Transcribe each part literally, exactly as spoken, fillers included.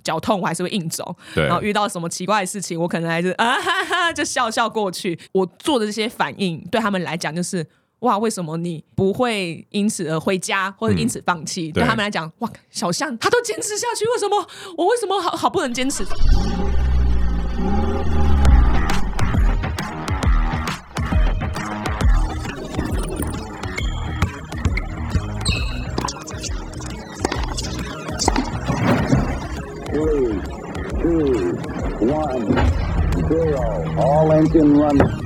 脚痛我还是会硬走，然后遇到什么奇怪的事情我可能还是啊哈哈就笑笑过去。我做的这些反应对他们来讲就是哇，为什么你不会因此而回家或者因此放弃、嗯、对他们来讲，哇，小象他都坚持下去，为什么我为什么 好, 好不能坚持。 Three, two, one, zero. All engine running.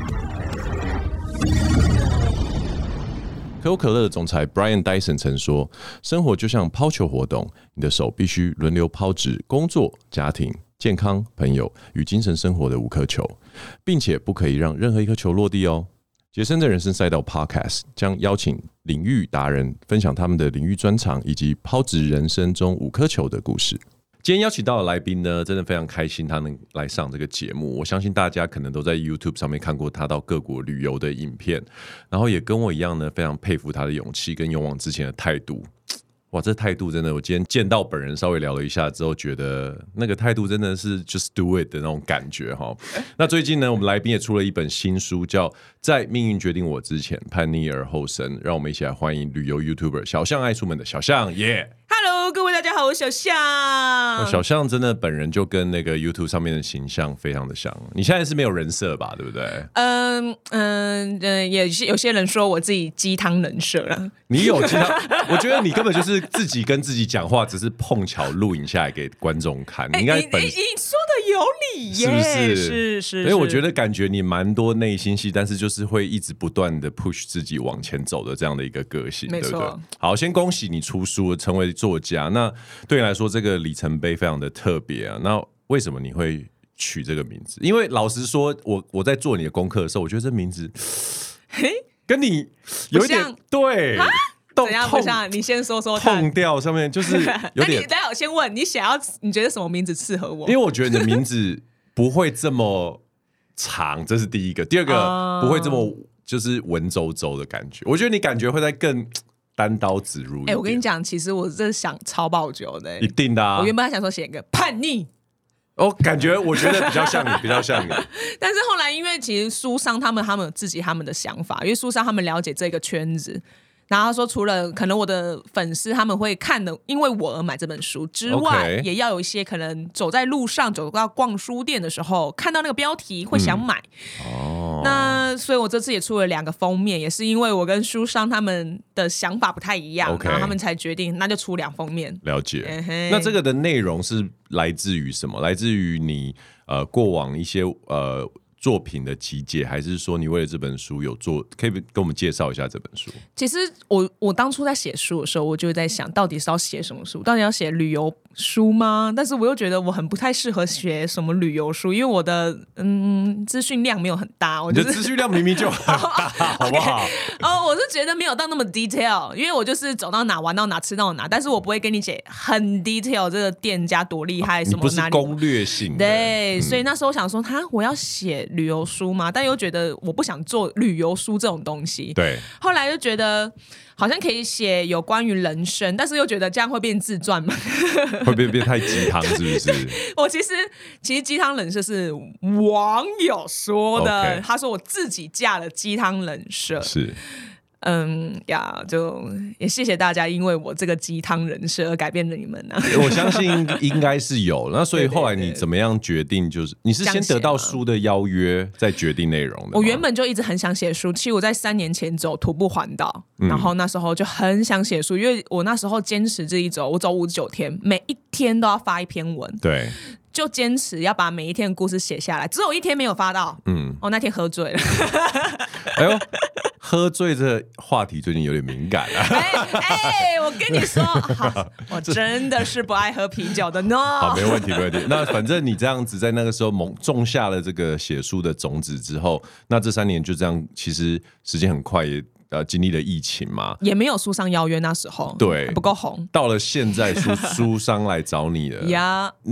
可口可乐的总裁 Brian Dyson 曾说，生活就像抛球活动，你的手必须轮流抛掷工作、家庭、健康、朋友与精神生活的五颗球，并且不可以让任何一颗球落地哦。杰森的人生赛道 Podcast 将邀请领域达人分享他们的领域专长以及抛掷人生中五颗球的故事。今天邀请到的来宾呢，真的非常开心他能来上这个节目。我相信大家可能都在 YouTube 上面看过他到各国旅游的影片，然后也跟我一样呢，非常佩服他的勇气跟勇往直前的态度。哇，这态度真的，我今天见到本人稍微聊了一下之后，觉得那个态度真的是 just do it 的那种感觉哈。那最近呢，我们来宾也出了一本新书，叫《在命运决定我之前，叛逆而后生》。让我们一起来欢迎旅游 YouTuber 小象爱出门的小象耶。Yeah Hello， 各位大家好，我是小象。 哦、小象真的本人就跟那个 YouTube 上面的形象非常的像。你现在是没有人设吧？对不对？ 嗯嗯嗯，也有些人说我自己鸡汤人设了。 你有鸡汤？我觉得你根本就是自己跟自己讲话，只是碰巧录影下来给观众看。你应该本、 欸、你, 你说的有理耶， 是不是？ 是是。 因为我觉得感觉你蛮多内心戏，但是就是会一直不断的 push 自己往前走的这样的一个个性，对不对？好，先恭喜你出书，成为作家。那对你来说，这个里程碑非常的特别啊。那为什么你会取这个名字？因为老实说，我我在做你的功课的时候，我觉得这名字跟你有一点对。 怎样不像？你先说说看。 痛调上面就是有点。 那你待会我先问你，想要你觉得什么名字适合我？ 因为我觉得你的名字不会这么长，这是第一个。第二个，不会这么就是文绉绉的感觉。我觉得你感觉会在更单刀直入一点。 哎、欸，我跟你讲，其实我这想超爆久的、欸， 一定的啊。 我原本还想说写一个叛逆。 哦，感觉我觉得比较像你，比较像你。 但是后来，因为其实书商他们他们有自己他们的想法，因为书商他们了解这个圈子。然后他说，除了可能我的粉丝他们会看的，因为我而买这本书之外， okay. 也要有一些可能走在路上走到逛书店的时候，看到那个标题会想买。嗯哦、那所以我这次也出了两个封面，也是因为我跟书商他们的想法不太一样， okay. 然后他们才决定那就出两封面。 了解。欸、那这个的内容是来自于什么？来自于你呃过往一些呃。作品的集结，还是说你为了这本书有做？可以跟我们介绍一下这本书。 其实我我当初在写书的时候，我就在想，到底是要写什么书？到底要写旅游书吗？但是我又觉得我很不太适合写什么旅游书，因为我的嗯资讯量没有很大。我、就是、 你的资讯量明明就很大，好不好？ 哦，我是觉得没有到那么 detail， 因为我就是走到哪玩到哪吃到哪，但是我不会跟你写很 detail 这个店家多厉害，什么哪里你不是攻略性的。 对、 嗯， 所以那时候我想说，哈，我要写旅游书吗？但又觉得我不想做旅游书这种东西。 对， 后来就觉得好像可以写有关于人生，但是又觉得这样会变自传嘛， 会变变太鸡汤是不是？ 我其实其实鸡汤人设是网友说的， okay. 他说我自己架了鸡汤人设是。 嗯呀，就也谢谢大家，因为我这个鸡汤人设而改变了你们呢、啊。 我相信应该是有，那所以后来你怎么样决定？就是你是先得到书的邀约，再决定内容的吗？ 我原本就一直很想写书，其实我在三年前走徒步环岛、嗯，然后那时候就很想写书，因为我那时候坚持这一走，我走五十九天，每一天都要发一篇文。 对。 就坚持要把每一天的故事写下来，只有一天没有发到。嗯，我、哦、那天喝醉了。 哎呦，喝醉这话题最近有点敏感啊。 哎哎，我跟你说，好，我真的是不爱喝啤酒的呢。 好，没问题，没问题。那反正你这样子在那个时候萌种下了这个写书的种子之后，那这三年就这样，其实时间很快也。呃，经历了疫情嘛， 也没有书商邀约，那时候对不够红。 到了现在书，书商来找你了呀。你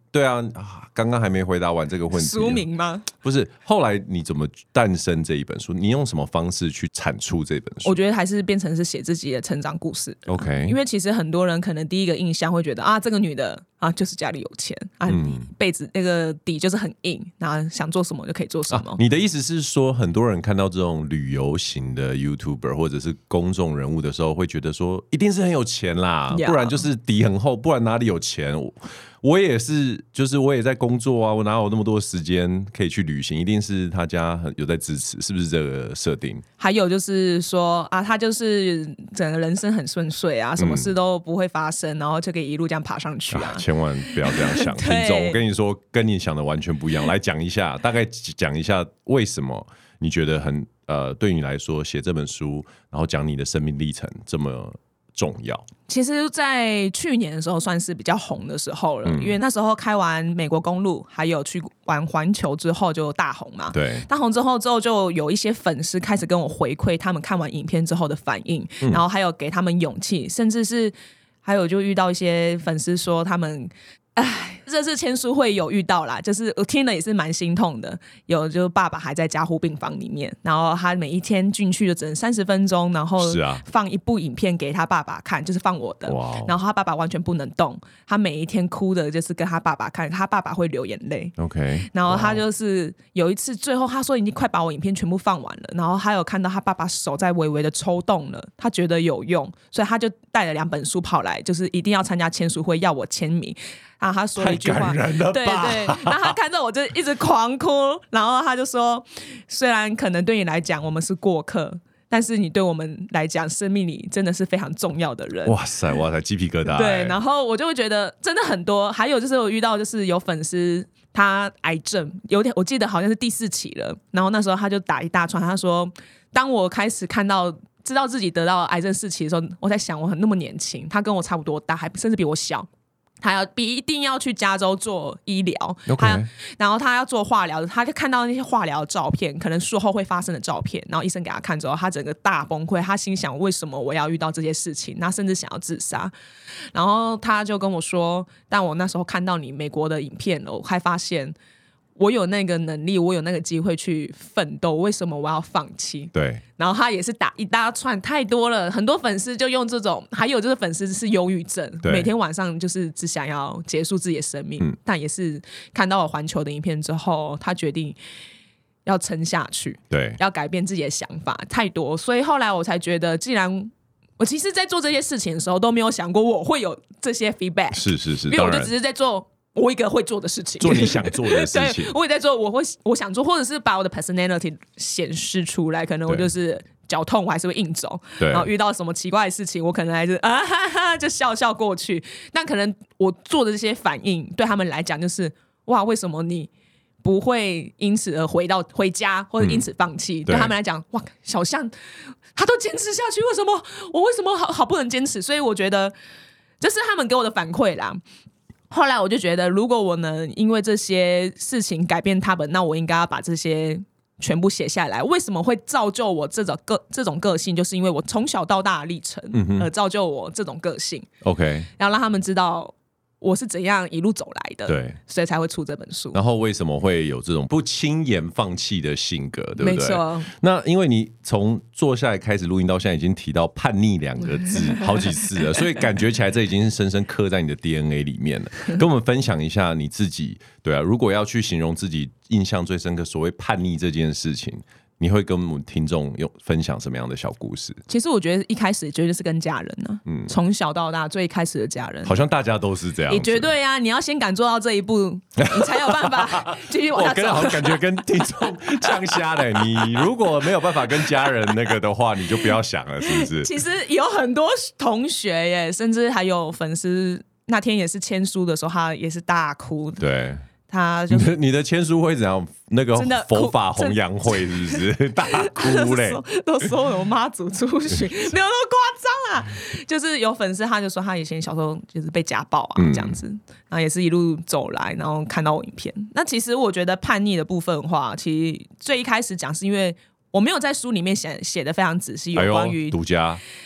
对啊，刚刚还没回答完这个问题。 书名吗？ 不是，后来你怎么诞生这一本书？你用什么方式去产出这本书？ 我觉得还是变成是写自己的成长故事。 OK， 因为其实很多人可能第一个印象会觉得啊，这个女的啊就是家里有钱啊，嗯、被子那个底就是很硬，然后想做什么就可以做什么。啊、 你的意思是说，很多人看到这种旅游型的 YouTuber 或者是公众人物的时候，会觉得说一定是很有钱啦， yeah. 不然就是底很厚，不然哪里有钱？我也是，就是我也在工作啊，我哪有那么多时间可以去旅行？一定是他家有在支持，是不是这个设定？ 还有就是说啊，他就是整个人生很顺遂啊，什么事都不会发生，嗯、然后就可以一路这样爬上去啊！ 啊千万不要这样想，听众，我跟你说，跟你想的完全不一样。来讲一下，大概讲一下为什么你觉得很呃，对你来说写这本书，然后讲你的生命历程这么重要。 其实在去年的时候算是比较红的时候了、嗯、因为那时候开完美国公路还有去玩环球之后就大红嘛， 对， 大红之后之后就有一些粉丝开始跟我回馈他们看完影片之后的反应、嗯、然后还有给他们勇气，甚至是还有就遇到一些粉丝说他们唉，这次签书会有遇到啦，就是我听了也是蛮心痛的。有就是爸爸还在加护病房里面，然后他每一天进去就只能三十分钟，然后放一部影片给他爸爸看，就是放我的，然后他爸爸完全不能动，他每一天哭的就是跟他爸爸看，他爸爸会流眼泪。 OK， 然后他就是有一次，最后他说已经快把我影片全部放完了，然后他有看到他爸爸手在微微的抽动了，他觉得有用，所以他就带了两本书跑来，就是一定要参加签书会，要我签名。然后他说了一句话， 太感人了吧， 对对，然后他看到我就一直狂哭，然后他就说，虽然可能对你来讲我们是过客，但是你对我们来讲生命里真的是非常重要的人。 哇塞哇塞，鸡皮疙瘩。 对，然后我就会觉得真的很多，还有就是我遇到就是有粉丝他癌症有点，我记得好像是第四期了，然后那时候他就打一大串，他说当我开始看到知道自己得到癌症四期的时候，我在想我很那么年轻，他跟我差不多大，还甚至比我小，他要必一定要去加州做医疗、okay. 然后他要做化疗，他就看到那些化疗的照片，可能术后会发生的照片，然后医生给他看之后，他整个大崩溃，他心想为什么我要遇到这些事情，他甚至想要自杀。然后他就跟我说，但我那时候看到你美国的影片了，我还发现我有那个能力，我有那个机会去奋斗，为什么我要放弃？ 对。 然后他也是打一大串，太多了，很多粉丝就用这种，还有就是粉丝是忧郁症，每天晚上就是只想要结束自己的生命、嗯、但也是看到了环球的影片之后，他决定要撑下去， 对， 要改变自己的想法，太多，所以后来我才觉得，既然我其实在做这些事情的时候都没有想过我会有这些 feedback， 是是是， 因为我就只是在做我一个会做的事情， 做你想做的事情。 我也在做我会我想做，或者是把我的 personality 显示出来。可能我就是脚痛，我还是会硬走。然后遇到什么奇怪的事情，我可能还是啊哈哈就笑笑过去。但可能我做的这些反应，对他们来讲就是哇，为什么你不会因此而回到回家，或者因此放弃？嗯、对他们来讲，哇，小象他都坚持下去，为什么我为什么好好不能坚持？所以我觉得这是他们给我的反馈啦。后来我就觉得，如果我能因为这些事情改变他们，那我应该要把这些全部写下来。为什么会造就我这种个这种个性？就是因为我从小到大的历程，而造就我这种个性。 OK， 要让他们知道我是怎样一路走来的， 对， 所以才会出这本书。 然后为什么会有这种不轻言放弃的性格，对不对？ 没错。那因为你从坐下来开始录音到现在，已经提到叛逆两个字好几次了，所以感觉起来这已经是深深刻在你的 D N A 里面了。跟我们分享一下你自己，对啊，如果要去形容自己印象最深刻所谓叛逆这件事情，你会跟我们听众有分享什么样的小故事？ 其实我觉得一开始绝对是跟家人呢、啊，嗯，从小到大最开始的家人， 好像大家都是这样。 也绝对啊，你要先敢做到这一步，你才有办法继续往下走。 我好像感觉跟听众呛瞎了。你如果没有办法跟家人那个的话，你就不要想了，是不是？ 其实有很多同学耶，甚至还有粉丝，那天也是签书的时候，他也是大哭的。 对。 他就是、 你的签书会怎样？那个佛法弘扬会是不是大哭嘞？ 都说有妈祖出巡，没有那么夸张啊。就是有粉丝他就说他以前小时候就是被家暴啊、嗯、这样子，然后也是一路走来，然后看到我影片。那其实我觉得叛逆的部分的话，其实最一开始讲是因为我没有在书里面写写的非常仔细，有关于独家。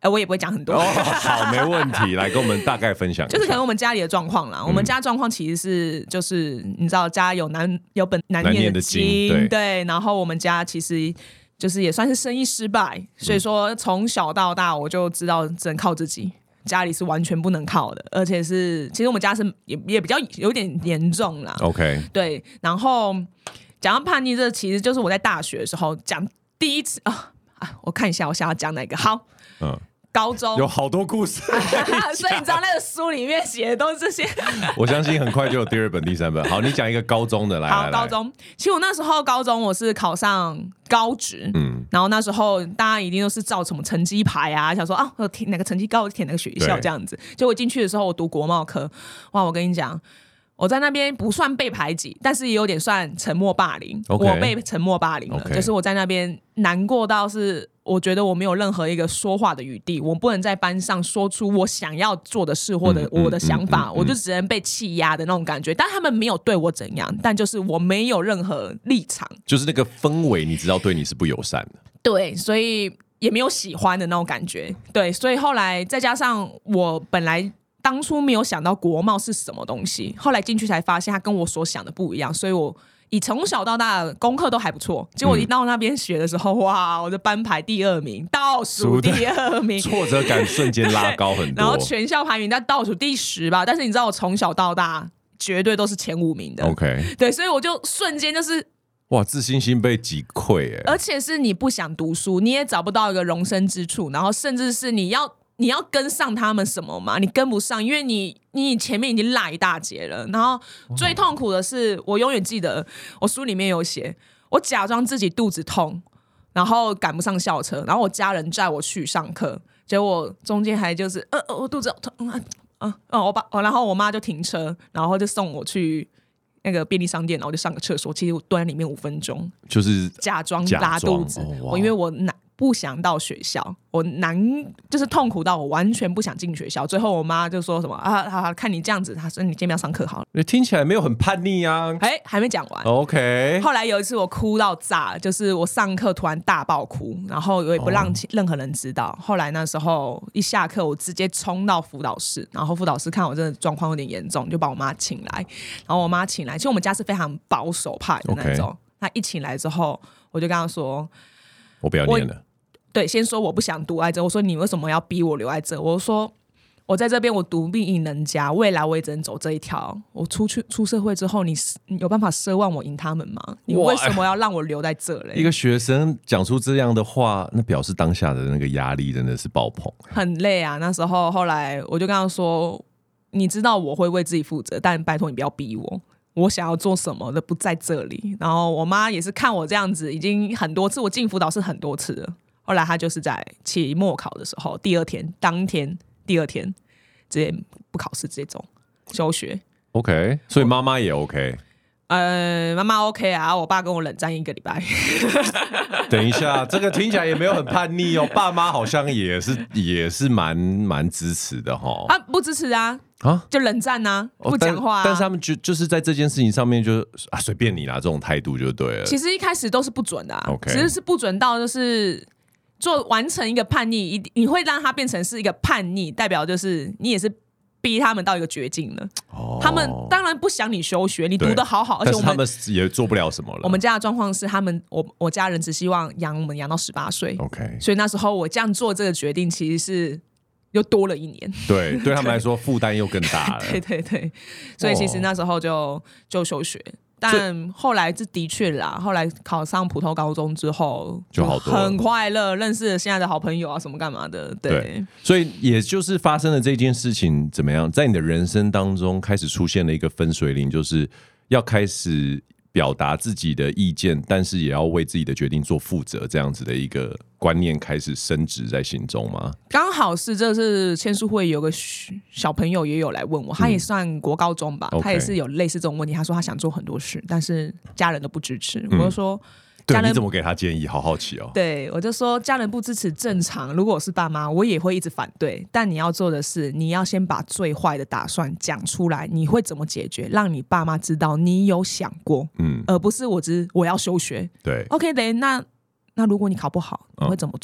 呃，我也不会讲很多。 哦，好，没问题，来跟我们大概分享一下。 就是可能我们家里的状况啦，嗯、我们家状况其实是就是你知道家有难有本难念的经， 对对，然后我们家其实就是也算是生意失败，所以说从小到大我就知道只能靠自己。家里是完全不能靠的，而且是其实我们家是 也, 也比较有点严重啦。 OK， 对，然后讲到叛逆，这其实就是我在大学的时候讲第一次啊啊，我看一下我想要讲哪个好，嗯。高中有好多故事所以你知道那个书里面写的都是这些我相信很快就有第二本第三本。好，你讲一个高中的来好来来高中其实我那时候高中我是考上高职、嗯、然后那时候大家一定都是照什么成绩排啊，想说啊我填哪个成绩高我填哪个学校这样子。结果进去的时候我读国贸科，哇我跟你讲我在那边不算被排挤，但是也有点算沉默霸凌、okay. 我被沉默霸凌了、okay. 就是我在那边难过到是我觉得我没有任何一个说话的余地，我不能在班上说出我想要做的事或者我的想法、嗯嗯嗯嗯、我就只能被气压的那种感觉。但他们没有对我怎样，但就是我没有任何立场， 就是那个氛围你知道对你是不友善的， 对，所以也没有喜欢的那种感觉。对，所以后来再加上我本来当初没有想到国贸是什么东西，后来进去才发现它跟我所想的不一样，所以我以从小到大的功课都还不错，结果一到那边学的时候、嗯、哇我的班排第二名，倒数第二名， 挫折感瞬间拉高很多然后全校排名在倒数第十吧，但是你知道我从小到大绝对都是前五名的 OK， 对，所以我就瞬间就是哇自信心被击溃耶， 而且是你不想读书你也找不到一个容身之处，然后甚至是你要你要跟上他们什么嘛？你跟不上，因为你你前面已经落一大截了。然后最痛苦的是，我永远记得我书里面有写，我假装自己肚子痛，然后赶不上校车，然后我家人载我去上课，结果中间还就是呃呃我肚子好痛啊啊啊！我把然后我妈就停车，然后就送我去那个便利商店，然后就上个厕所。其实我蹲在里面五分钟， 就是假装拉肚子。哦、我因为我难。不想到学校，我难就是痛苦到我完全不想进学校。最后我妈就说什么啊，好好看你这样子，她说你今天不要上课好了。 听起来没有很叛逆啊。 哎、欸，还没讲完。 OK。 后来有一次我哭到炸，就是我上课突然大爆哭，然后我也不让任何人知道。Oh. 后来那时候一下课，我直接冲到辅导室，然后辅导室看我真的状况有点严重，就把我妈请来。然后我妈请来，其实我们家是非常保守派的那种。她、okay. 一请来之后，我就跟她说， 我不要念了。 对，先说我不想读在这，我说你为什么要逼我留在这？我说我在这边我独立人家，未来我也只能走这一条。我出去出社会之后，你, 你有办法奢望我赢他们吗？你为什么要让我留在这嘞？ 一个学生讲出这样的话，那表示当下的那个压力真的是爆棚， 很累啊。那时候后来我就跟他说，你知道我会为自己负责，但拜托你不要逼我。我想要做什么的不在这里。然后我妈也是看我这样子，已经很多次，我进辅导室很多次了。后来他就是在期末考的时候，第二天、当天、第二天直接不考试，直接走休学。 OK， 所以妈妈也 OK。 呃，妈妈 OK 啊，我爸跟我冷战一个礼拜。 等一下，这个听起来也没有很叛逆哦，爸妈好像也是也是蛮蛮支持的哈、哦。 啊，不支持啊。啊，就冷战啊，不讲话、啊哦但。但是他们就就是在这件事情上面就啊随便你啦，这种态度就对了。 其实一开始都是不准的、啊 ，OK， 其实是不准到就是做完成一个叛逆，你会让他变成是一个叛逆，代表就是你也是逼他们到一个绝境了。哦，他们当然不想你休学，你读得好好，而且我们但是他们也做不了什么了。 我们家的状况是，他们我我家人只希望养我们养到十八岁 ，OK， 所以那时候我这样做这个决定，其实是。又多了一年， 对，对他们来说负担又更大了。 对对对，所以其实那时候就就休学，但后来这的确啦，后来考上普通高中之后就好多了， 很快乐，认识了现在的好朋友啊，什么干嘛的， 对, 对。所以也就是发生了这件事情，怎么样，在你的人生当中开始出现了一个分水岭，就是要开始表达自己的意见，但是也要为自己的决定做负责，这样子的一个观念开始深植在心中吗？ 刚好是这是签书会有个小朋友也有来问我，他也算国高中吧、嗯、他也是有类似这种问题，他说他想做很多事，但是家人都不支持、嗯、我就说对，你怎么给他建议？好好奇哦。 对，我就说家人不支持正常，如果我是爸妈，我也会一直反对。但你要做的是，你要先把最坏的打算讲出来，你会怎么解决，让你爸妈知道你有想过，嗯，而不是我只我要休学。 对 ，OK 的，那那如果你考不好，你会怎么做？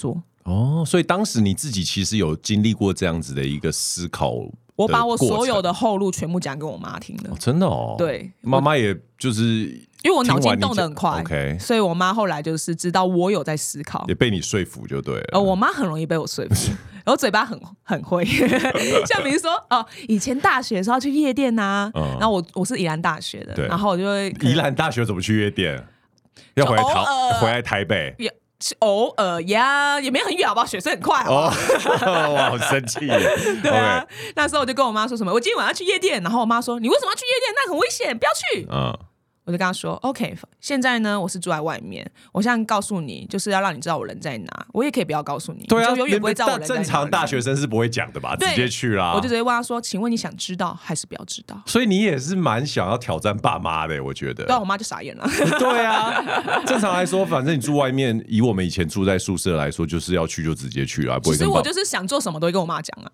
哦，所以当时你自己其实有经历过这样子的一个思考， 我把我所有的后路全部讲给我妈听了、哦， 真的哦， 对， 妈妈也就是因为我脑筋动得很快 ，OK， 所以我妈后来就是知道我有在思考， 也被你说服就对了。 呃，我妈很容易被我说服，我嘴巴很很会，像比如说哦，以前大学的时候要去夜店呐、啊嗯，然后我我是宜兰大学的，然后我就会宜兰大学怎么去夜店？要回来台、呃、回来台北。 偶尔呀，也没有很远，好不好？雪水很快，好不好？ 哦、哇，好生气！ 对啊， okay. 那时候我就跟我妈说什么，我今天晚上去夜店，然后我妈说，你为什么要去夜店？那很危险，不要去。嗯。我就跟他说 OK 现在呢我是住在外面，我现在告诉你就是要让你知道我人在哪，我也可以不要告诉你， 对啊， 你就永远不会知道我人在哪。 正常大学生是不会讲的吧，直接去啦。 我就直接问他说请问你想知道还是不要知道？ 所以你也是蛮想要挑战爸妈的，我觉得。 对啊，我妈就傻眼了。 对啊，正常来说反正你住外面，以我们以前住在宿舍来说，就是要去就直接去啦，不会跟爸。 其实我就是想做什么都会跟我妈讲啊。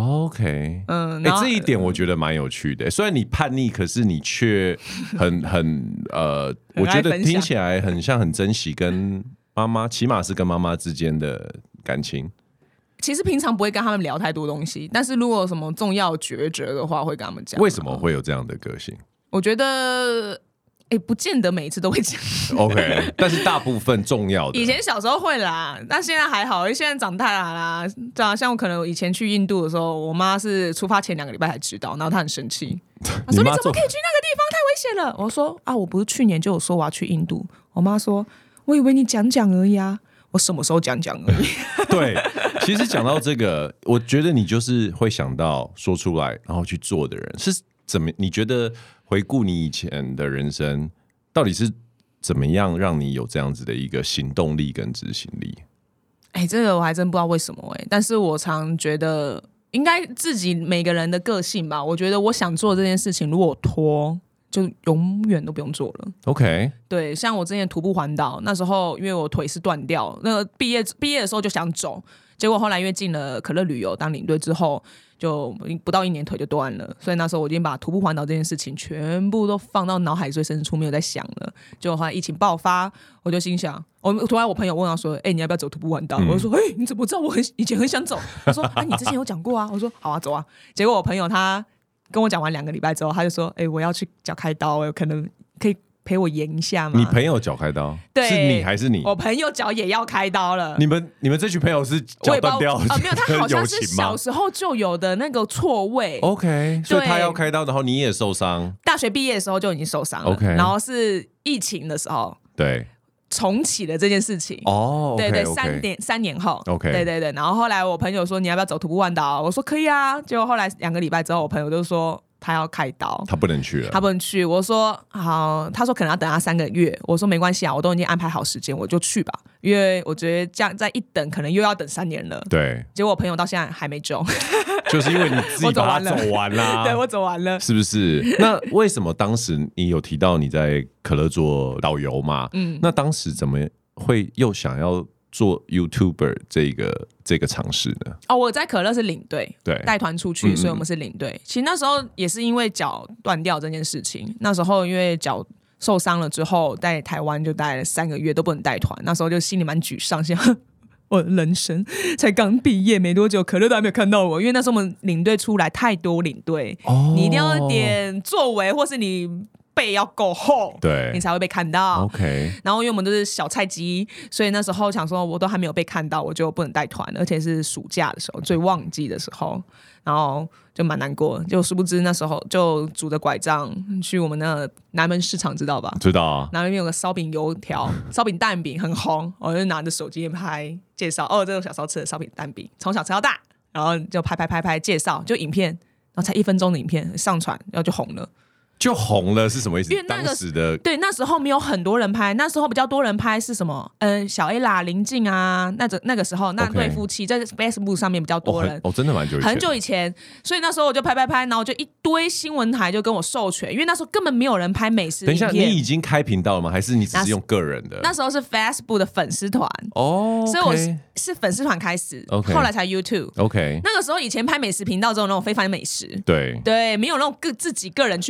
OK， 嗯， 哎、欸，这一点我觉得蛮有趣的。虽然你叛逆，可是你却很很呃，我觉得听起来很像很珍惜跟妈妈，起码是跟妈妈之间的感情。 其实平常不会跟他们聊太多东西，但是如果有什么重要抉择的话，会跟他们讲。 为什么会有这样的个性？ 我觉得。欸、不见得每一次都会讲 OK， 但是大部分重要的。 以前小时候会啦，但现在还好，因为现在长大了啦。对啊，像我可能以前去印度的时候，我妈是出发前两个礼拜才知道，然后她很生气，她说你怎么可以去那个地方，太危险了。我说啊，我不是去年就有说我要去印度。我妈说，我以为你讲讲而已啊，我什么时候讲讲而已。 对，其实讲到这个，我觉得你就是会想到说出来，然后去做的人是怎么？你觉得？回顾你以前的人生，到底是怎么样让你有这样子的一个行动力跟执行力？ 哎、欸，这个我还真不知道为什么哎、欸，但是我常觉得应该自己每个人的个性吧。我觉得我想做这件事情，如果我拖，就永远都不用做了。 OK， 对，像我之前徒步环岛，那时候因为我腿是断掉，那个毕业毕业的时候就想走，结果后来因为进了可乐旅游当领队之后。就不到一年腿就断了，所以那时候我已经把徒步环岛这件事情全部都放到脑海最深处，没有在想了。结果后来疫情爆发，我就心想，我突然我朋友问我说：“哎、欸，你要不要走徒步环岛？”嗯、我就说：“哎、欸，你怎么知道我很以前很想走？”他说：“啊，你之前有讲过啊。”我说：“好啊，走啊。”结果我朋友他跟我讲完两个礼拜之后，他就说：“哎、欸，我要去脚开刀，可能可以。”陪我延一下吗？ 你朋友脚开刀， 对， 是你还是你？ 我朋友脚也要开刀了。 你们你们这群朋友是脚断掉啊、 呃？没有，他好像是小时候就有的那个错位。 OK， 所以他要开刀，然后你也受伤。 大学毕业的时候就已经受伤了。OK， 然后是疫情的时候， 对， 重启了这件事情。 哦， okay, 对对，三年三年后 ，OK， 对对对。然后后来我朋友说你要不要走徒步环岛？我说可以啊。结果后来两个礼拜之后，我朋友就说。他要开刀， 他不能去了。 他不能去，我说好，他说可能要等他三个月。我说没关系啊，我都已经安排好时间，我就去吧。因为我觉得这样再一等，可能又要等三年了。 对， 结果我朋友到现在还没中， 就是因为你自己把它走完啦。 对，我走完了， 是不是？那为什么当时你有提到你在可乐做导游嘛？嗯，那当时怎么会又想要做 YouTuber 这个这个尝试呢？ 哦，我在可乐是领队， 对， 带团出去，所以我们是领队。嗯嗯，其实那时候也是因为脚断掉这件事情，那时候因为脚受伤了之后，在台湾就待了三个月都不能带团，那时候就心里蛮沮丧，想我的人生才刚毕业没多久，可乐都还没有看到我，因为那时候我们领队出来太多领队，哦，你一定要有点作为，或是你。背要够厚， 对， 你才会被看到。 OK， 然后因为我们都是小菜鸡，所以那时候想说，我都还没有被看到，我就不能带团，而且是暑假的时候，最旺季的时候，然后就蛮难过。就殊不知那时候就拄着拐杖去我们那南门市场，知道吧？ 知道啊。 那边有个烧饼油条、烧饼蛋饼很红，我就拿着手机拍介绍，哦，这个小时候吃的烧饼蛋饼，从小吃到大，然后就拍拍拍拍介绍，就影片，然后才一分钟的影片上传，然后就红了。 就红了是什么意思？ 因为那个当时的对那时候没有很多人拍，那时候比较多人拍是什么？嗯、呃，小 A 啦、林静啊，那个那个时候那对夫妻、okay. 在 Facebook 上面比较多人。 哦，真的蛮久以前， 很久以前，所以那时候我就拍拍拍，然后就一堆新闻台就跟我授权，因为那时候根本没有人拍美食影片。 等一下，你已经开频道了吗？还是你只是用个人的？ 那, 那时候是 Facebook 的粉丝团哦， okay. 所以我 是, 是粉丝团开始 ，okay. 后来才 YouTube。OK， 那个时候以前拍美食频道只有那种非凡美食， 对对，没有那种个自己个人去拍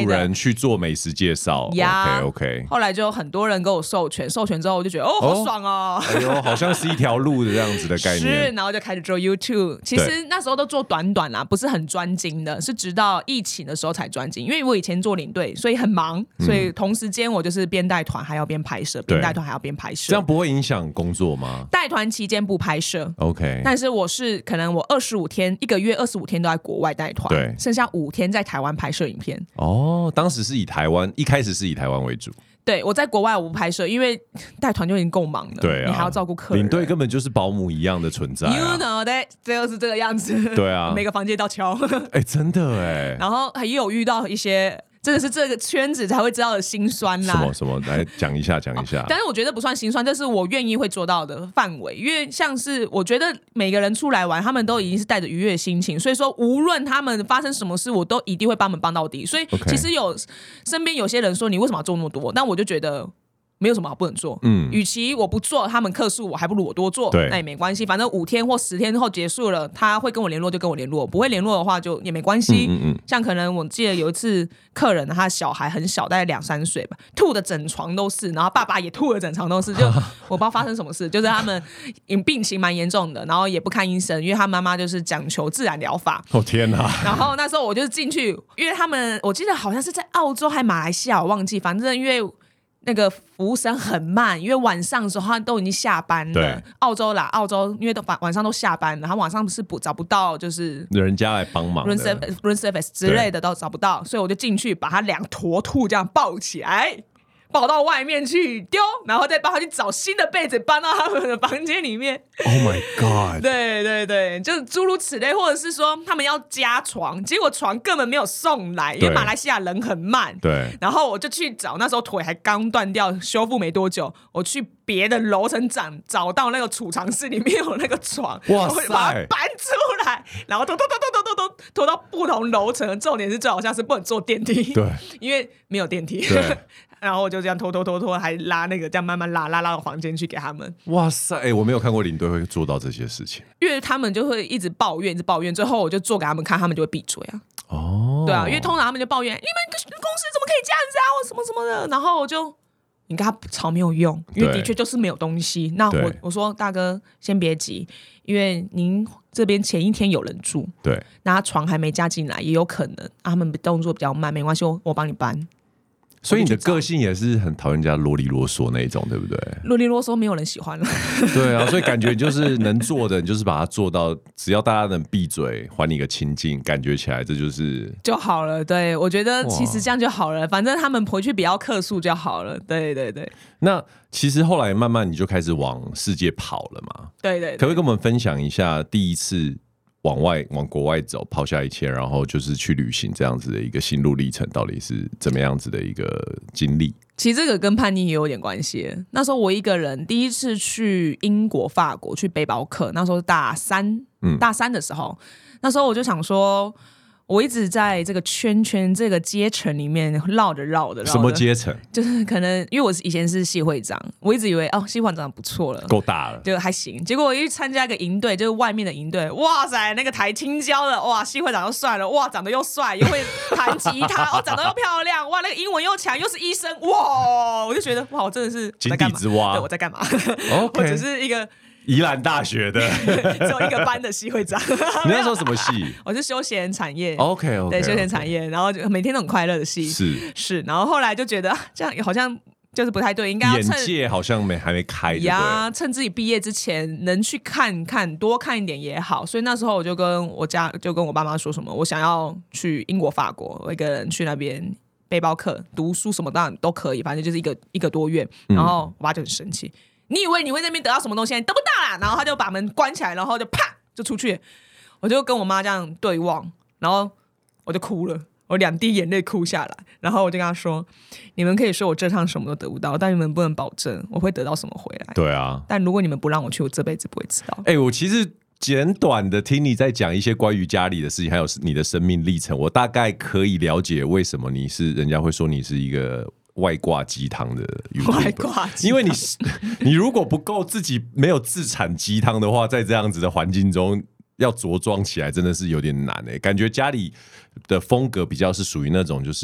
人去做美食介绍。 呀 OK OK。 后来就很多人跟我授权，授权之后我就觉得哦，好爽哦！ 哎呦，好像是一条路的这样子的概念。 是，然后就开始做 YouTube。其实那时候都做短短啦，不是很专精的，是直到疫情的时候才专精。因为我以前做领队，所以很忙，所以同时间我就是边带团还要边拍摄，边带团还要边拍摄。 这样不会影响工作吗？ 带团期间不拍摄 ，OK。 但是我是可能我二十五天一个月二十五天都在国外带团， 对， 剩下五天在台湾拍摄影片。 哦，当时是以台湾，一开始是以台湾为主。 对，我在国外我不拍摄，因为带团就已经够忙了， 对啊， 你还要照顾客人， 领队根本就是保姆一样的存在、啊。 You know that， 就是这个样子。 对啊， 每个房间都敲。 哎、欸，真的哎。 然后也有遇到一些。真的是这个圈子才会知道的辛酸啦。 什么什么？来讲一下，讲一下、哦。 但是我觉得不算辛酸，这是我愿意会做到的范围。因为像是我觉得每个人出来玩，他们都已经是带着愉悦的心情，所以说无论他们发生什么事，我都一定会帮他们帮到底。所以其实有身边有些人说你为什么要做那么多，但我就觉得。没有什么好不能做，嗯，与其我不做，他们客诉我，还不如我多做， 对， 那也没关系，反正五天或十天后结束了，他会跟我联络就跟我联络，不会联络的话就也没关系。嗯嗯嗯，像可能我记得有一次客人他小孩很小，大概两三岁吧，吐的整床都是，然后爸爸也吐的整床都是，就我不知道发生什么事，就是他们病情蛮严重的，然后也不看医生，因为他妈妈就是讲求自然疗法。 哦天哪！ 然后那时候我就进去，因为他们我记得好像是在澳洲还马来西亚，我忘记，反正因为。那个服务生很慢，因为晚上的时候他都已经下班了。澳洲啦，澳洲因为都晚上都下班了，他晚上是不找不到，就是人家来帮忙 room service, room service 之类的都找不到，所以我就进去把他两坨吐这样抱起来。抱到外面去丢，然后再帮他去找新的被子搬到他们的房间里面。 Oh my god！ 对对对，就是诸如此类，或者是说他们要加床，结果床根本没有送来，因为马来西亚人很慢。 对， 然后我就去找，那时候腿还刚断掉，修复没多久，我去别的楼层找找到那个储藏室里面有那个床， 哇塞， 我就把它搬出来，然后拖拖拖拖拖拖拖拖到不同楼层。重点是最好像是不能坐电梯， 对， 因为没有电梯。 对。 然后我就这样拖拖拖拖，还拉那个这样慢慢拉拉拉到房间去给他们。 哇塞，欸，我没有看过领队会做到这些事情， 因为他们就会一直抱怨，一直抱怨，最后我就做给他们看，他们就会闭嘴啊。 哦， 对啊，因为通常他们就抱怨你们公司怎么可以这样子啊，或什么什么的。然后我就你跟他吵没有用，因为的确就是没有东西。那我我说大哥先别急，因为您这边前一天有人住， 对， 那床还没加进来，也有可能，啊，他们动作比较慢，没关系，我我帮你搬。 所以你的个性也是很讨厌人家啰里啰嗦那一种，对不对？ 啰里啰嗦没有人喜欢了。 对啊，所以感觉就是能做的，你就是把它做到，只要大家能闭嘴，还你个清净，感觉起来这就是就好了。对，我觉得其实这样就好了，反正他们回去不要客诉就好了。对对对。 那其实后来慢慢你就开始往世界跑了嘛？ 对 对, 对。 可不可以跟我们分享一下第一次？往外往国外走，抛下一切，然后就是去旅行，这样子的一个心路历程，到底是怎么样子的一个经历？ 其实这个跟叛逆也有点关系。那时候我一个人第一次去英国、法国去背包客，那时候大三，嗯，大三的时候，那时候我就想说。我一直在这个圈圈、这个阶层里面绕着绕着绕着。 什么阶层？ 就是可能因为我以前是系会长，我一直以为哦，系会长不错了， 够大了， 就还行。结果我一去参加一个营队，就是外面的营队，哇塞，那个台青椒的，哇，系会长又帅了，哇，长得又帅，又会弹吉他，哦，长得又漂亮，哇，那个英文又强，又是医生，哇，我就觉得哇，我真的是井底之蛙， 对，我在干嘛？ Okay. 我只是一个。 宜兰大学的只有一个班的系会长。 你那时候什么系？ 我是休闲产业。 OK OK， 对，休闲产业，然后就每天都很快乐的系。 是是， 然后后来就觉得这样好像就是不太对，应该要趁眼界好像没还没开呀，趁自己毕业之前能去看看，多看一点也好。所以那时候我就跟我家就跟我爸妈说什么，我想要去英国、法国，我一个人去那边背包客读书，什么当然都可以，反正就是一个一个多月。然后我爸就很生气。嗯，你以为你会在那边得到什么东西？你得不到啦！然后他就把门关起来，然后就啪就出去。我就跟我妈这样对望，然后我就哭了，我两滴眼泪哭下来。然后我就跟他说：“你们可以说我这趟什么都得不到，但你们不能保证我会得到什么回来。” 对啊， 但如果你们不让我去，我这辈子不会知道。 哎、欸，我其实简短的听你在讲一些关于家里的事情，还有你的生命历程，我大概可以了解为什么你是人家会说你是一个。外挂鸡汤的 YouTuber， 外挂鸡汤， 因为你你如果不够自己没有自产鸡汤的话，在这样子的环境中要着装起来真的是有点难哎、欸，感觉家里的风格比较是属于那种就是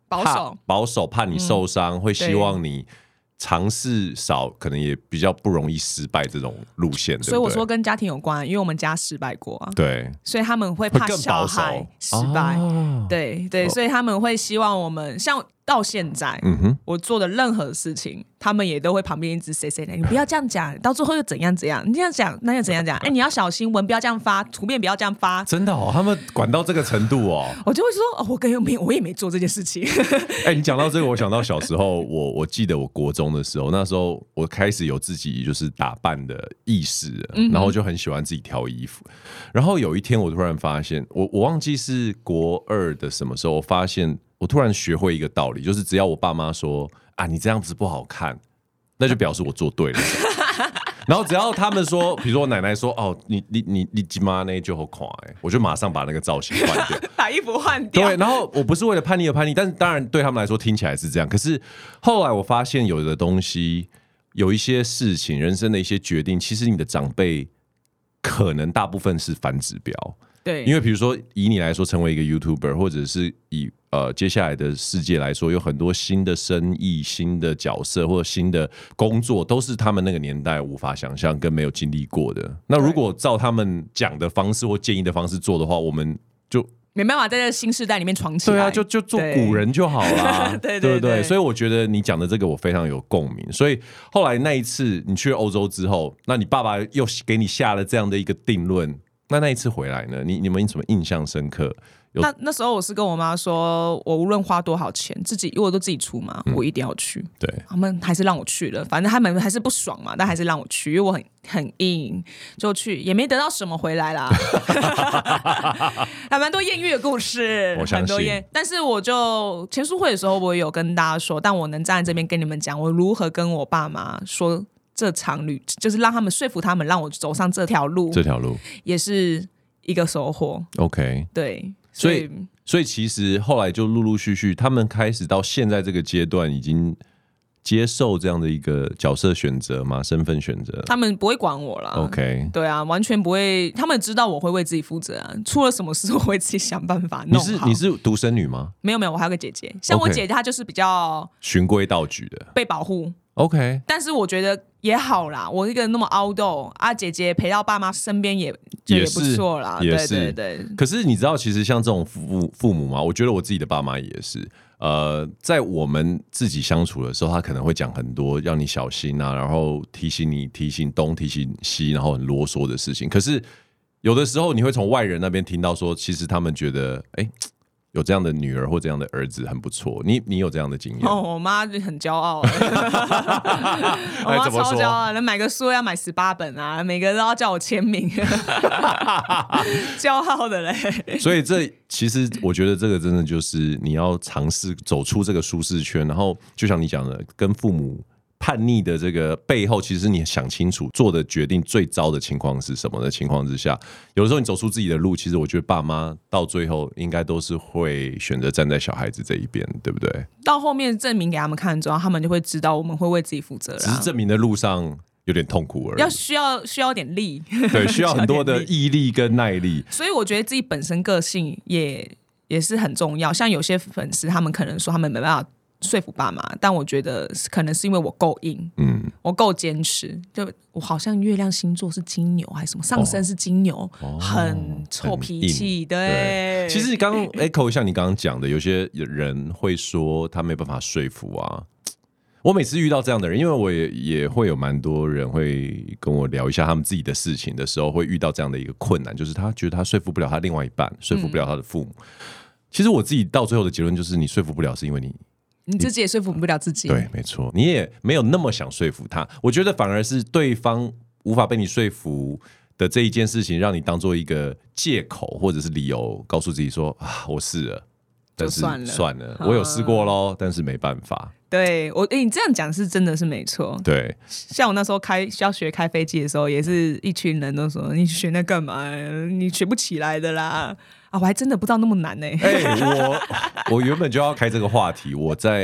保守保守，怕你受伤，嗯、会希望你尝试少，可能也比较不容易失败这种路线。对对， 所以我说跟家庭有关，因为我们家失败过啊。 对， 所以他们会怕小孩失败。哦、对对，所以他们会希望我们像。到现在、嗯，我做的任何事情，他们也都会旁边一直 say say 你不要这样讲，到最后又怎样怎样，你这样讲那又怎样讲？哎、欸，你要小心，文不要这样发，图片不要这样发。 真的哦，他们管到这个程度哦。 我就会说，哦，我跟没我也没做这件事情。 哎、欸，你讲到这个，我想到小时候，我我记得我国中的时候，那时候我开始有自己就是打扮的意识了，嗯、然后就很喜欢自己挑衣服。然后有一天，我突然发现，我我忘记是国二的什么时候，我发现。我突然学会一个道理，就是只要我爸妈说啊你这样子不好看，那就表示我做对了。然后只要他们说，比如说我奶奶说哦你你你你鸡妈那就好看哎，我就马上把那个造型换掉， 把衣服换掉。 对，然后我不是为了叛逆而叛逆，但是当然对他们来说听起来是这样。可是后来我发现有的东西，有一些事情，人生的一些决定，其实你的长辈可能大部分是反指标。 对， 因为比如说以你来说成为一个 YouTuber， 或者是以呃接下来的世界来说，有很多新的生意、新的角色或者新的工作，都是他们那个年代无法想象跟没有经历过的。那如果照他们讲的方式或建议的方式做的话，我们就没办法在这个新时代里面闯起来。 对啊，就就做古人就好啦。 对对 对, 对, 对，所以我觉得你讲的这个我非常有共鸣。所以后来那一次你去欧洲之后，那你爸爸又给你下了这样的一个定论。那那一次回来呢？你你们有什么印象深刻？ 那那时候我是跟我妈说，我无论花多少钱，自己因为我都自己出嘛，嗯、我一定要去。对，他们还是让我去了，反正他们还是不爽嘛，但还是让我去，因为我很很硬，就去也没得到什么回来啦。还蛮多艳遇的故事， 我相信。很多艳， 但是我就签书会的时候，我有跟大家说，但我能站在这边跟你们讲，我如何跟我爸妈说。这场旅就是让他们说服他们，让我走上这条路， 这条路也是一个收获。 OK， 对， 所以所以其实后来就陆陆续续，他们开始到现在这个阶段，已经接受这样的一个角色选择嘛，身份选择， 他们不会管我啦。 OK， 对啊，完全不会，他们知道我会为自己负责啊，出了什么事我会自己想办法弄好。 你是你是独生女吗？ 没有没有，我还有个姐姐，像我姐姐她就是比较循规蹈矩的， 被保护。 OK， 但是我觉得也好啦，我一个人那么凹豆啊，姐姐陪到爸妈身边也也不错啦， 也是，对对对。 可是你知道，其实像这种父父母嘛，我觉得我自己的爸妈也是，呃，在我们自己相处的时候，他可能会讲很多要你小心啊，然后提醒你提醒东提醒西，然后很啰嗦的事情。可是有的时候你会从外人那边听到说，其实他们觉得，哎、欸。有这样的女儿或这样的儿子很不错，你你有这样的经验？ 哦，我妈就很骄傲，我妈超骄傲，能买个书要买十八本啊，每个都要叫我签名，骄傲的嘞。 所以这其实我觉得这个真的就是你要尝试走出这个舒适圈，然后就像你讲的，跟父母。叛逆的这个背后，其实你想清楚做的决定最糟的情况是什么的情况之下，有的时候你走出自己的路，其实我觉得爸妈到最后应该都是会选择站在小孩子这一边，对不对？ 到后面证明给他们看之后，他们就会知道我们会为自己负责了。 只是证明的路上有点痛苦而已， 要需要需要点力， 对，需要很多的毅力跟耐力。 所以我觉得自己本身个性也也是很重要。像有些粉丝，他们可能说他们没办法。说服爸妈，但我觉得可能是因为我够硬，嗯，我够坚持。就我好像月亮星座是金牛还是什么，上升是金牛，哦、很臭脾气，对。 对，其实你刚刚 echo 像你刚刚讲的，有些人会说他没办法说服啊。我每次遇到这样的人，因为我也也会有蛮多人会跟我聊一下他们自己的事情的时候，会遇到这样的一个困难，就是他觉得他说服不了他另外一半，说服不了他的父母。嗯、其实我自己到最后的结论就是，你说服不了是因为你。 你自己也说服不了自己， 对，没错，你也没有那么想说服他。我觉得反而是对方无法被你说服的这一件事情，让你当做一个借口或者是理由，告诉自己说啊，我试了，但是算了，算了，我有试过咯，但是没办法。 对我，欸，你这样讲是真的是没错。 对， 像我那时候开要学开飞机的时候，也是一群人都说你学那干嘛？你学不起来的啦。啊，我还真的不知道那么难呢，欸。 哎，欸，我我原本就要开这个话题，我在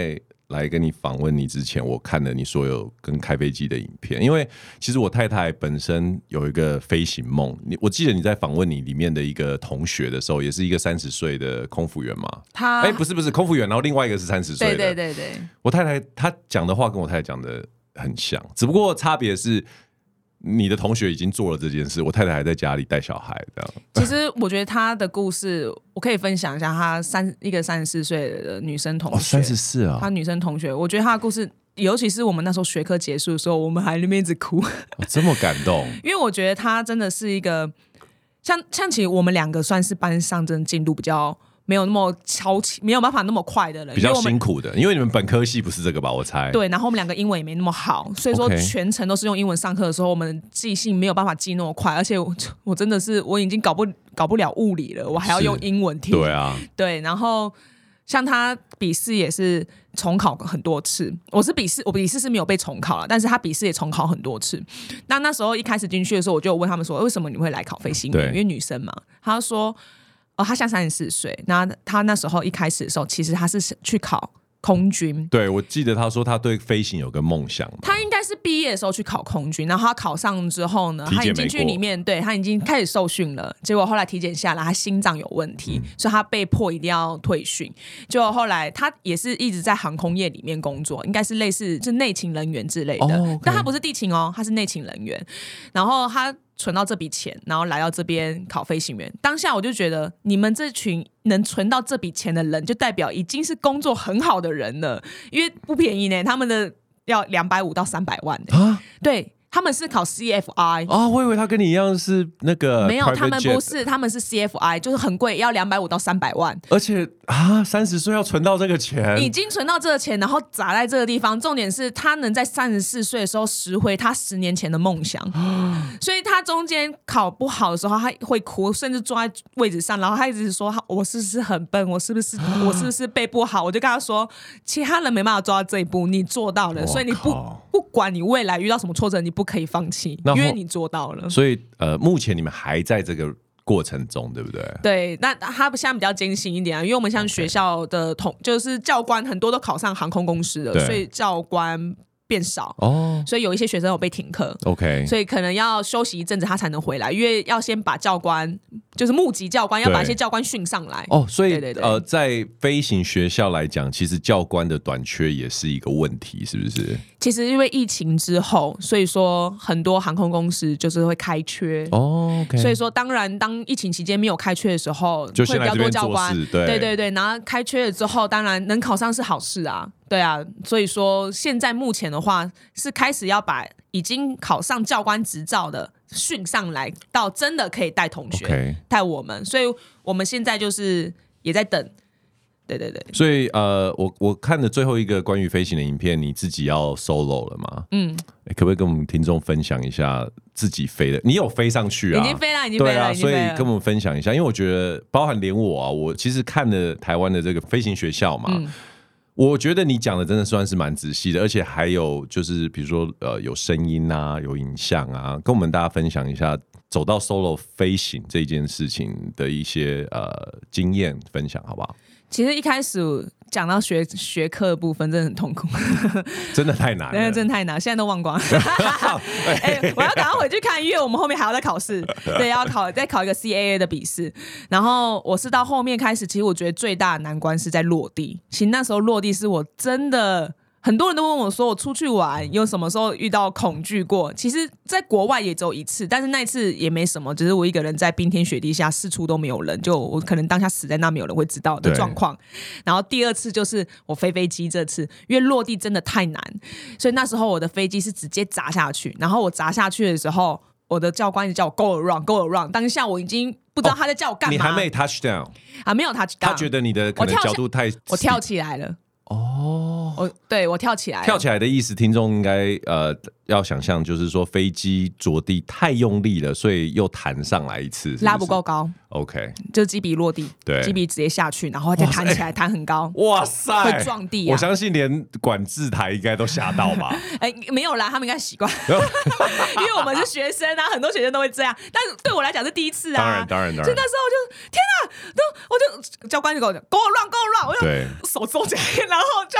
来跟你访问你之前，我看了你所有跟开飞机的影片，因为其实我太太本身有一个飞行梦。我记得你在访问你里面的一个同学的时候，也是一个三十岁的空服员嘛。 他哎、欸，不是不是空服员，然后另外一个是三十岁的。 对对对对。 我太太她讲的话跟我太太讲的很像，只不过差别是。你的同学已经做了这件事，我太太还在家里带小孩这样。 其实我觉得她的故事，我可以分享一下。她三一个三十四岁的女生同学， 三十四啊， 她女生同学，我觉得她的故事，尤其是我们那时候学科结束的时候，我们还那边一直哭， 哦、这么感动。 因为我觉得她真的是一个，像像其实我们两个算是班上真的进度比较。没有那么超前，没有办法那么快的人， 比较辛苦的，因为你们本科系不是这个吧？我猜。 对，然后我们两个英文也没那么好，所以说全程都是用英文上课的时候，我们记性没有办法记那么快，而且 我, 我真的是我已经搞不搞不了物理了，我还要用英文听。 对啊， 对，然后像他笔试也是重考很多次，我是笔试，我笔试是没有被重考了，但是他笔试也重考很多次。那那时候一开始进去的时候，我就有问他们说，为什么你会来考飞行员？因为女生嘛，他说。哦，他现在三十四岁，那他那时候一开始的时候，其实他是去考空军。 对，我记得他说他对飞行有个梦想嘛。 他应该是毕业的时候去考空军，然后他考上之后呢，他已经去里面，对他已经开始受训了。结果后来体检下来，他心脏有问题，嗯、所以他被迫一定要退训。结果后来他也是一直在航空业里面工作，应该是类似就内勤人员之类的，哦 okay、但他不是地勤哦，他是内勤人员。然后他。存到这笔钱，然后来到这边考飞行员。当下我就觉得，你们这群能存到这笔钱的人，就代表已经是工作很好的人了，因为不便宜呢，他们的要两百五到三百万啊，对。他们是考 C F I 啊，我以为他跟你一样是那个没有，他们不是，他们是 C F I， 就是很贵，要两百五到三百万， 而且啊，三十岁要存到这个钱， 已经存到这个钱，然后砸在这个地方。重点是他能在三十四岁的时候拾回他十年前的梦想，所以他中间考不好的时候，他会哭，甚至坐在位置上，然后他一直说：“我是不是很笨？我是不是我是不是背不好？”我就跟他说：“其他人没办法做到这一步，你做到了，所以你不不管你未来遇到什么挫折，你不可以放弃，因为你做到了。 所以呃，目前你们还在这个过程中，对不对？ 对，那他现在比较艰辛一点啊，因为我们像学校的同， okay. 就是教官很多都考上航空公司了，所以教官变少哦，所以有一些学生有被停课 ，OK， 所以可能要休息一阵子他才能回来，因为要先把教官就是募集教官，要把一些教官训上来哦，所以对对对呃，在飞行学校来讲，其实教官的短缺也是一个问题，是不是？ 其实因为疫情之后，所以说很多航空公司就是会开缺哦、okay ，所以说当然当疫情期间没有开缺的时候， 就先会比较多教官， 对对对对，然后开缺了之后，当然能考上是好事啊，对啊，所以说现在目前的话是开始要把已经考上教官执照的训上来，到真的可以带同学带、okay. 我们，所以我们现在就是也在等。对对对， 所以呃，我我看的最后一个关于飞行的影片，你自己要 solo 了吗？嗯，可不可以跟我们听众分享一下自己飞的？你有飞上去啊？ 已经飞了，已经飞了，对啊， 所以跟我们分享一下，因为我觉得，包含连我啊，我其实看了台湾的这个飞行学校嘛。嗯，我觉得你讲的真的算是蛮仔细的，而且还有就是比如说呃有声音啊，有影像啊，跟我们大家分享一下走到 solo 飞行这件事情的一些呃经验分享，好不好？ 其实一开始讲到学学科的部分，真的很痛苦， 真的太难了， 真的太难，现在都忘光了。欸、我要赶快回去看，因为我们后面还要再考试，对，要考再考一个 C A A 的笔试。然后我是到后面开始，其实我觉得最大的难关是在落地。其实那时候落地是我真的。很多人都问我说，我出去玩有什么时候遇到恐惧过？其实在国外也只有一次，但是那一次也没什么，只是我一个人在冰天雪地下，四处都没有人，就我可能当下死在那，没有人会知道的状况。然后第二次就是我飞飞机，这次因为落地真的太难，所以那时候我的飞机是直接砸下去。然后我砸下去的时候，我的教官一直叫我 go around go around， 当下我已经不知道他在叫我干嘛。 哦、你还没 touch down 啊？没有 touch down， 他觉得你的可能角度太， 我跳起来了。哦，我对我跳起来了， 跳起来的意思，听众应该呃要想象，就是说飞机着地太用力了，所以又弹上来一次，是不是拉不够高 ，OK， 就是机鼻落地，对，机鼻直接下去，然后再弹起来，弹很高， 哇塞， 会撞地、啊。 我相信连管制台应该都吓到吧？ 哎、欸，没有啦，他们应该习惯，因为我们是学生啊，很多学生都会这样，但是对我来讲是第一次啊， 当然当然当然， 所以那时候我就天啊，都我就教官就跟我讲 go around go around， 我就手收起来，然后教官就直接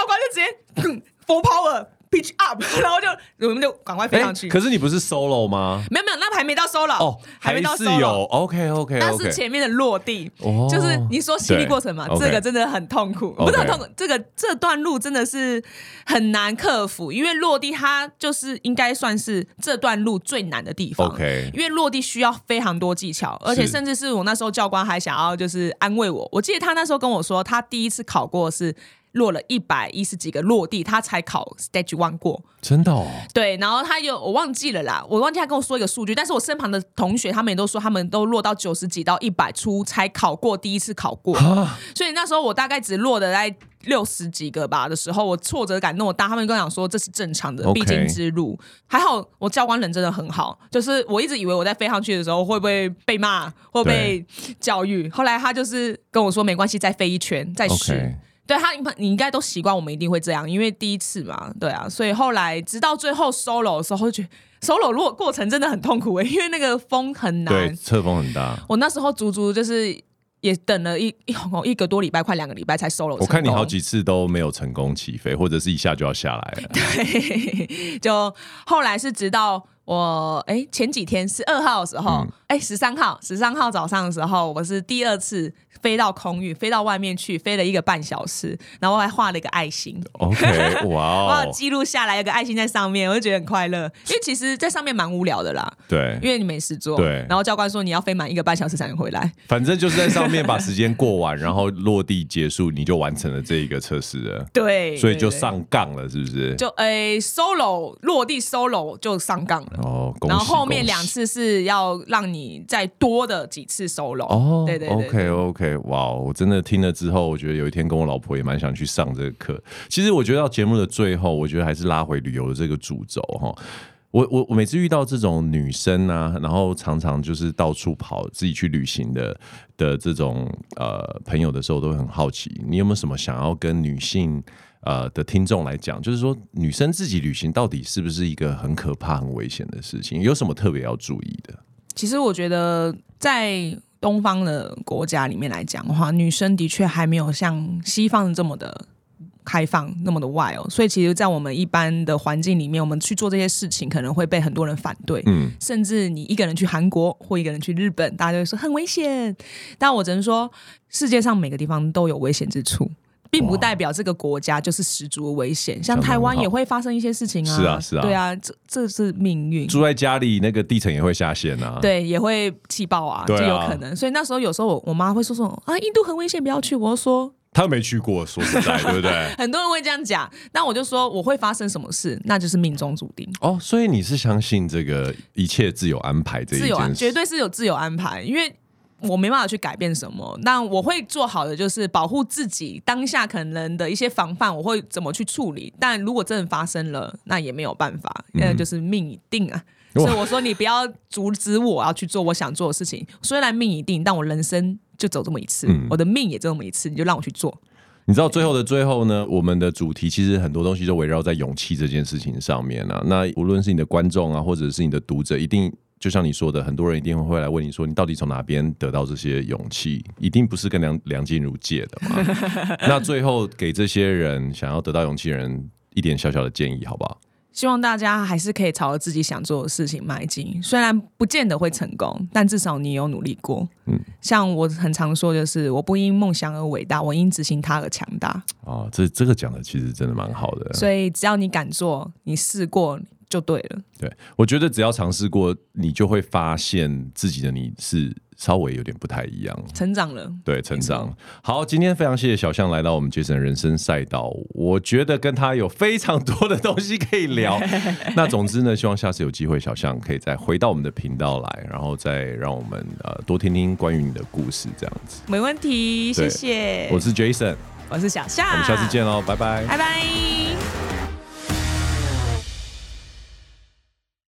full power。pitch up， 然后就我们就赶快飞上去。 可是你不是 solo 吗？ 没有没有，那还没到 solo 哦， 还没到 solo。 还是有 OK OK， 但是前面的落地，哦、就是你说洗礼过程嘛，这个真的很痛苦， okay. 不是很痛苦，这个这段路真的是很难克服，因为落地它就是应该算是这段路最难的地方。 OK， 因为落地需要非常多技巧，而且甚至是我那时候教官还想要就是安慰我，我记得他那时候跟我说，他第一次考过是。落了一百一十几个落地，他才考 Stage One 过， 真的哦。对， 然后他有我忘记了啦，我忘记他跟我说一个数据，但是我身旁的同学他们也都说，他们都落到九十几到一百出才考过第一次考过，所以那时候我大概只落的在六十几个吧的时候，我挫折感那么大，他们跟我讲说这是正常的必经之路。Okay. 还好我教官人真的很好，就是我一直以为我在飞上去的时候会不会被骂，会被教育，后来他就是跟我说没关系，再飞一圈再试。Okay.对他，你应该都习惯，我们一定会这样，因为第一次嘛，对啊，所以后来直到最后 solo 的时候，就觉得 solo 如果过程真的很痛苦欸，因为那个风很难， 对，侧风很大。 我那时候足足就是也等了一一一个多礼拜，快两个礼拜才 solo 成功。 我看你好几次都没有成功起飞，或者是一下就要下来了。 对，就后来是直到。我哎，前几天十二号的时候，哎、嗯，十三号，十三号早上的时候，我是第二次飞到空域，飞到外面去，飞了一个半小时，然后我还画了一个爱心。 OK， 哇哦， 我有记录下来，有个爱心在上面，我就觉得很快乐。因为其实，在上面蛮无聊的啦。 对， 因为你没事做。 对。 然后教官说你要飞满一个半小时才能回来。 反正就是在上面把时间过完，然后落地结束，你就完成了这一个测试了。 对。 所以就上杠了，是不是？ 就哎 ，solo 落地 solo 就上杠了。 哦，恭喜。 然后后面两次是要让你再多的几次 solo。 哦， 对对对。 OK OK， 哇，我真的听了之后，我觉得有一天跟我老婆也蛮想去上这个课。其实我觉得到节目的最后，我觉得还是拉回旅游的这个主轴哈。我我我每次遇到这种女生啊，然后常常就是到处跑自己去旅行的的这种呃朋友的时候，都会很好奇，你有没有什么想要跟女性呃的听众来讲，就是说女生自己旅行到底是不是一个很可怕、很危险的事情？有什么特别要注意的？ 其实我觉得在东方的国家里面来讲的话，女生的确还没有像西方这么的开放那么的 wild， 所以其实在我们一般的环境里面，我们去做这些事情可能会被很多人反对，嗯，甚至你一个人去韩国或一个人去日本，大家就会说很危险。但我只能说世界上每个地方都有危险之处，并不代表这个国家就是十足的危险，像台湾也会发生一些事情啊， 是啊是啊， 对啊，这这是命运。 住在家里那个地层也会下陷啊， 对，也会气爆啊，就有可能。所以那时候有时候我我妈会说说啊，印度很危险，不要去。我就说他没去过，说实在，对不对？ 很多人会这样讲，但我就说我会发生什么事，那就是命中注定。 哦，所以你是相信这个一切自有安排这一件事？自有， 绝对是有自有安排，因为我没办法去改变什么，但我会做好的就是保护自己当下可能的一些防范，我会怎么去处理。但如果真的发生了，那也没有办法，那、嗯、就是命已定啊。所以我说你不要阻止我要去做我想做的事情，虽然命已定，但我人生就走这么一次、嗯、我的命也就这么一次，你就让我去做。 你知道最后的最后呢，我们的主题其实很多东西都围绕在勇气这件事情上面啊。那无论是你的观众啊，或者是你的读者，一定就像你说的，很多人一定会来问你说，你到底从哪边得到这些勇气？一定不是跟梁梁静茹借的嘛？那最后给这些人想要得到勇气的人一点小小的建议，好不好？ 希望大家还是可以朝着自己想做的事情迈进，虽然不见得会成功，但至少你有努力过。嗯，像我很常说，就是我不因梦想而伟大，我因执行它而强大。 哦，这这个讲的其实真的蛮好的。 所以只要你敢做，你试过就对了。 对，我觉得只要尝试过，你就会发现自己的你是稍微有点不太一样， 成长了。 对，成长。好，今天非常谢谢小象来到我们Jason人生赛道，我觉得跟他有非常多的东西可以聊。那总之呢，希望下次有机会，小象可以再回到我们的频道来，然后再让我们呃多听听关于你的故事，这样子。 没问题，谢谢。 我是Jason， 我是小象， 我们下次见喽，拜拜， 拜拜。